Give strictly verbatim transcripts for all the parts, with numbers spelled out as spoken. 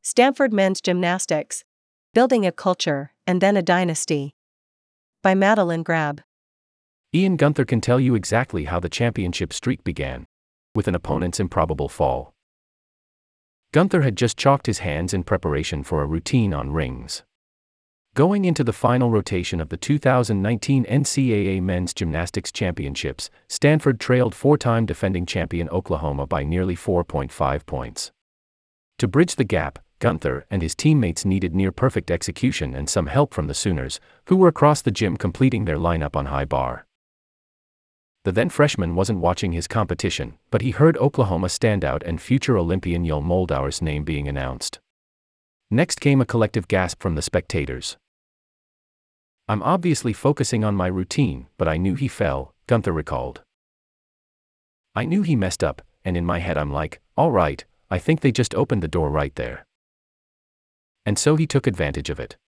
Stanford Men's Gymnastics: Building a Culture, and Then a Dynasty. By Madeline Grab. Ian Gunther can tell you exactly how the championship streak began, with an opponent's improbable fall. Gunther had just chalked his hands in preparation for a routine on rings. Going into the final rotation of the two thousand nineteen N C double A Men's Gymnastics Championships, Stanford trailed four-time defending champion Oklahoma by nearly four point five points. To bridge the gap, Gunther and his teammates needed near-perfect execution and some help from the Sooners, who were across the gym completing their lineup on high bar. The then-freshman wasn't watching his competition, but he heard Oklahoma standout and future Olympian Yul Moldauer's name being announced. Next came a collective gasp from the spectators. "I'm obviously focusing on my routine, but I knew he fell," Gunther recalled. "I knew he messed up, and in my head I'm like, all right, I think they just opened the door right there. And so he took advantage of it.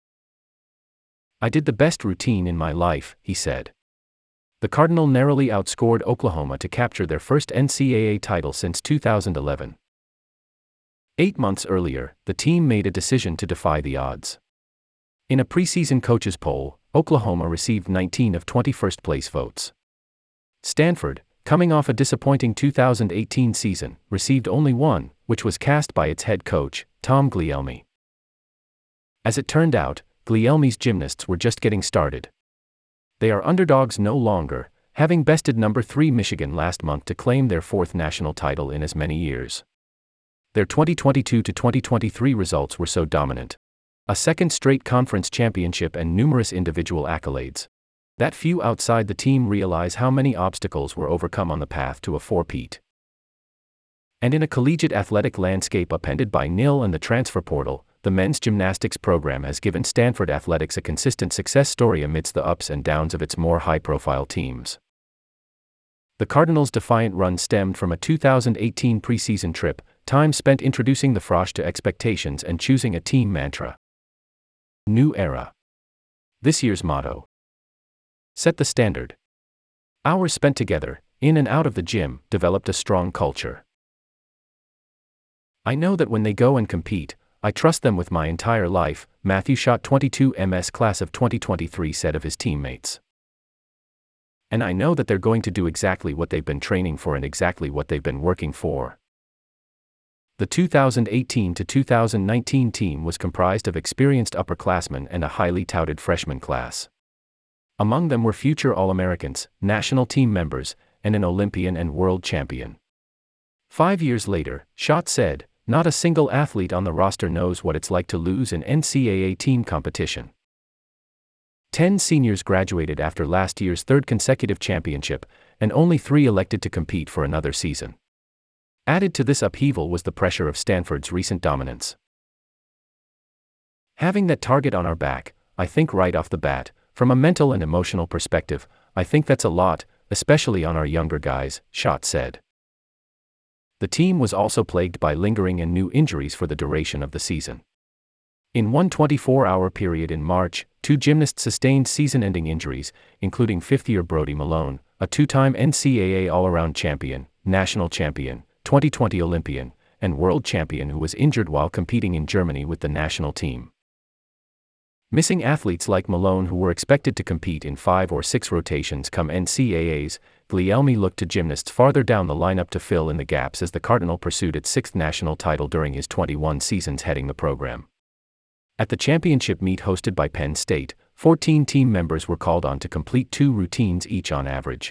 I did the best routine in my life," he said. The Cardinal narrowly outscored Oklahoma to capture their first N C double A title since two thousand eleven. Eight months earlier, the team made a decision to defy the odds. In a preseason coaches poll, Oklahoma received nineteen of twenty first-place votes. Stanford, coming off a disappointing two thousand eighteen season, received only one, which was cast by its head coach, Tom Glielmi. As it turned out, Glielmi's gymnasts were just getting started. They are underdogs no longer, having bested number three Michigan last month to claim their fourth national title in as many years. Their twenty twenty-two to twenty twenty-three results were so dominant. A second straight conference championship and numerous individual accolades, that few outside the team realize how many obstacles were overcome on the path to a four-peat. And in a collegiate athletic landscape upended by N I L and the transfer portal, the men's gymnastics program has given Stanford athletics a consistent success story amidst the ups and downs of its more high-profile teams. The Cardinals' defiant run stemmed from a two thousand eighteen preseason trip, time spent introducing the Frosh to expectations and choosing a team mantra. New Era. This year's motto: Set the standard. Hours spent together, in and out of the gym, developed a strong culture. I know that when they go and compete, I trust them with my entire life, Matthew Schott, twenty-two M S class of twenty twenty-three, said of his teammates. And I know that they're going to do exactly what they've been training for and exactly what they've been working for. The two thousand eighteen to two thousand nineteen team was comprised of experienced upperclassmen and a highly touted freshman class. Among them were future All-Americans, national team members, and an Olympian and world champion. Five years later, Schott said, "Not a single athlete on the roster knows what it's like to lose an N C double A team competition." Ten seniors graduated after last year's third consecutive championship, and only three elected to compete for another season. Added to this upheaval was the pressure of Stanford's recent dominance. "Having that target on our back, I think right off the bat, from a mental and emotional perspective, I think that's a lot, especially on our younger guys," Schott said. The team was also plagued by lingering and new injuries for the duration of the season. In one twenty-four hour period in March, two gymnasts sustained season-ending injuries, including fifth-year Brody Malone, a two-time N C double A all-around champion, national champion, twenty twenty Olympian, and world champion who was injured while competing in Germany with the national team. Missing athletes like Malone, who were expected to compete in five or six rotations come N C double A's, Glielmi looked to gymnasts farther down the lineup to fill in the gaps as the Cardinal pursued its sixth national title during his twenty-one seasons heading the program. At the championship meet hosted by Penn State, fourteen team members were called on to complete two routines each on average.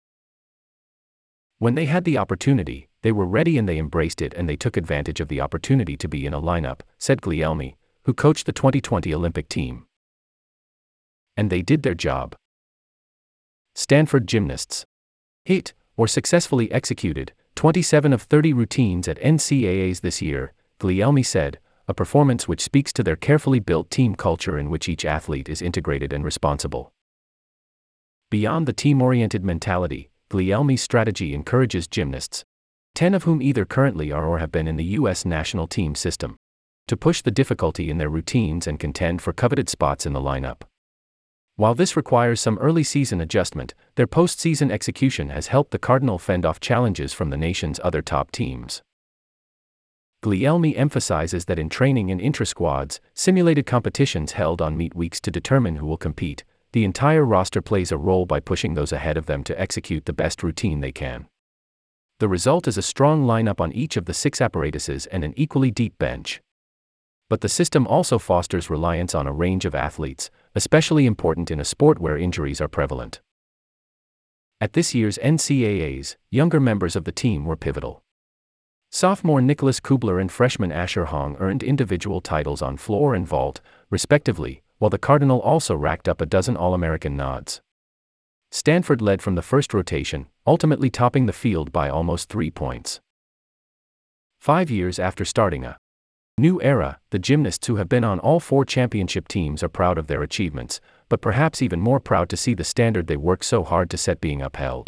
When they had the opportunity, they were ready and they embraced it, and they took advantage of the opportunity to be in a lineup, said Glielmi, who coached the twenty twenty Olympic team. And they did their job. Stanford gymnasts hit, or successfully executed, twenty-seven of thirty routines at N C double A's this year, Glielmi said, a performance which speaks to their carefully built team culture in which each athlete is integrated and responsible. Beyond the team-oriented mentality, Glielmi's strategy encourages gymnasts, ten of whom either currently are or have been in the U S national team system, to push the difficulty in their routines and contend for coveted spots in the lineup. While this requires some early season adjustment, their postseason execution has helped the Cardinal fend off challenges from the nation's other top teams. Guglielmi emphasizes that in training and intra-squads, simulated competitions held on meet weeks to determine who will compete, the entire roster plays a role by pushing those ahead of them to execute the best routine they can. The result is a strong lineup on each of the six apparatuses and an equally deep bench. But the system also fosters reliance on a range of athletes, especially important in a sport where injuries are prevalent. At this year's N C A As, younger members of the team were pivotal. Sophomore Nicholas Kubler and freshman Asher Hong earned individual titles on floor and vault, respectively, while the Cardinal also racked up a dozen All-American nods. Stanford led from the first rotation, ultimately topping the field by almost three points. Five years after starting a new era, the gymnasts who have been on all four championship teams are proud of their achievements, but perhaps even more proud to see the standard they worked so hard to set being upheld.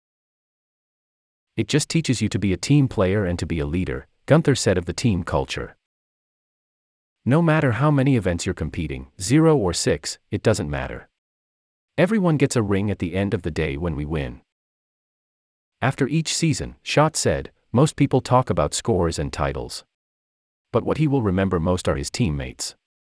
It just teaches you to be a team player and to be a leader, Gunther said of the team culture. No matter how many events you're competing, zero or six, it doesn't matter. Everyone gets a ring at the end of the day when we win. After each season, Schott said, most people talk about scores and titles. But what he will remember most are his teammates.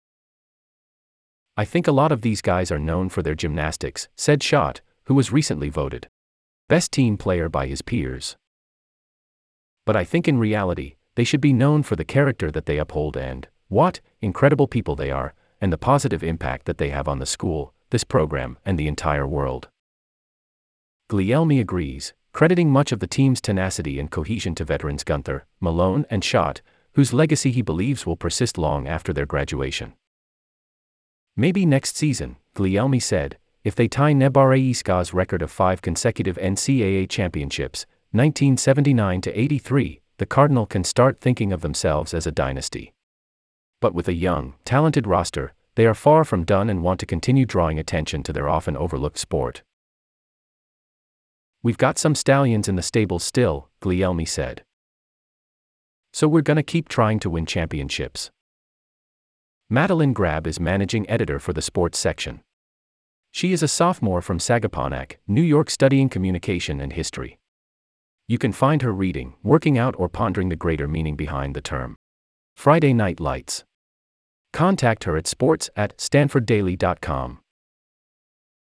I think a lot of these guys are known for their gymnastics, said Schott, who was recently voted best team player by his peers. But I think in reality, they should be known for the character that they uphold and what incredible people they are, and the positive impact that they have on the school, this program, and the entire world. Guglielmi agrees, crediting much of the team's tenacity and cohesion to veterans Gunther, Malone, and Schott, whose legacy he believes will persist long after their graduation. Maybe next season, Guglielmi said, if they tie Nebraska's record of five consecutive N C A A championships, nineteen seventy-nine to eighty-three, the Cardinal can start thinking of themselves as a dynasty. But with a young, talented roster, they are far from done and want to continue drawing attention to their often overlooked sport. We've got some stallions in the stable still, Guglielmi said. So we're gonna keep trying to win championships. Madeline Grab is managing editor for the sports section. She is a sophomore from Sagaponack, New York, studying communication and history. You can find her reading, working out, or pondering the greater meaning behind the term Friday Night Lights. Contact her at sports at stanford daily dot com.